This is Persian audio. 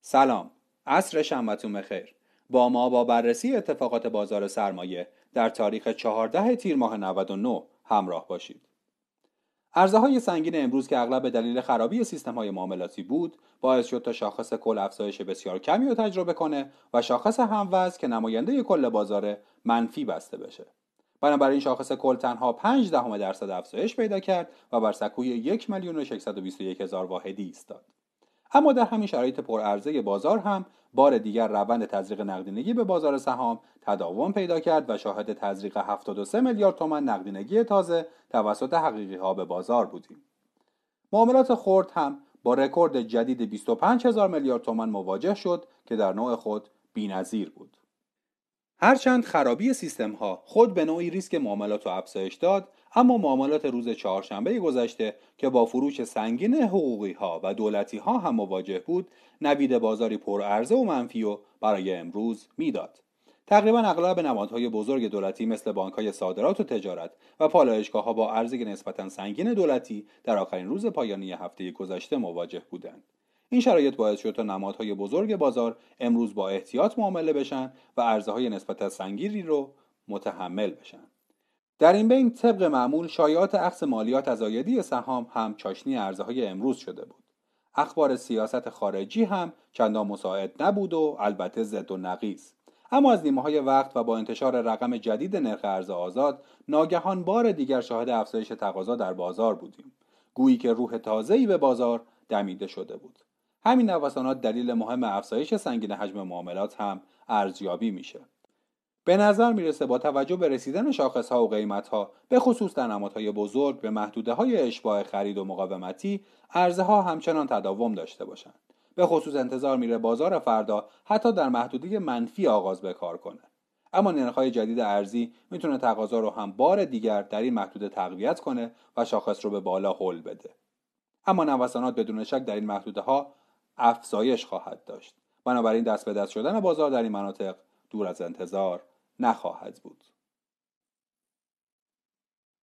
سلام، عصر شمتون بخیر. با ما با بررسی اتفاقات بازار سرمایه در تاریخ 14 تیر ماه 99 همراه باشید. ارزهای سنگین امروز که اغلب به دلیل خرابی سیستم‌های معاملاتی بود، باعث شد تا شاخص کل افزایش بسیار کمی رو تجربه کنه و شاخص هموزن که نماینده کل بازار منفی بسته بشه. بنابراین شاخص کل تنها 0.5% افزایش پیدا کرد و بر سکوی 1,621,000 واحدی ایستاد. اما در همین شرایط پرعرضه بازار هم بار دیگر روند تزریق نقدینگی به بازار سهام تداوم پیدا کرد و شاهد تزریق 73 میلیارد تومان نقدینگی تازه توسط حقیقی ها به بازار بودیم. معاملات خرد هم با رکورد جدید 25,000 میلیارد تومان مواجه شد که در نوع خود بی‌نظیر بود. هرچند خرابی سیستم ها خود به نوعی ریسک معاملات رو افزایش داد، اما معاملات روز چهارشنبه گذشته که با فروش سنگین حقوقی ها و دولتی ها هم مواجه بود، نوید بازاری پرعرضه و منفی رو برای امروز میداد. تقریبا اغلب نمادهای بزرگ دولتی مثل بانک‌های صادرات و تجارت و پالایشگاه‌ها با ارزی نسبتاً سنگین دولتی در آخرین روز پایانی هفته گذشته مواجه بودند. این شرایط باعث شد تا نمادهای بزرگ بازار امروز با احتیاط معامله بشن و ارزهای نسبتاً سنگینی رو متحمل بشن. در این بین طبق معمول شایعات اخذ مالیات از عایدی سهام هم چاشنی ارزهای امروز شده بود. اخبار سیاست خارجی هم چندان مساعد نبود و البته ضد و نقیض. اما از نیمه‌های وقت و با انتشار رقم جدید نرخ ارز آزاد، ناگهان بار دیگر شاهد افزایش تقاضا در بازار بودیم. گویی که روح تازه‌ای به بازار دمیده شده بود. همین نوسانات دلیل مهم افزایش سنگین حجم معاملات هم ارزیابی میشه. به نظر میرسه با توجه به رسیدن شاخص‌ها و قیمت‌ها به خصوص در نمادهای بزرگ به محدوده‌های اشباع خرید و مقاومتی، ارزها همچنان تداوم داشته باشند. به خصوص انتظار میره بازار فردا حتی در محدوده منفی آغاز به کار کنه. اما نرخ‌های جدید ارزی میتونه تقاضا رو هم بار دیگر در این محدوده تقویت کنه و شاخص رو به بالا هل بده. اما نوسانات بدون شک در این محدوده‌ها افزایش خواهد داشت. بنابراین دست به دست شدن بازار در این مناطق دور از انتظار نخواهد بود.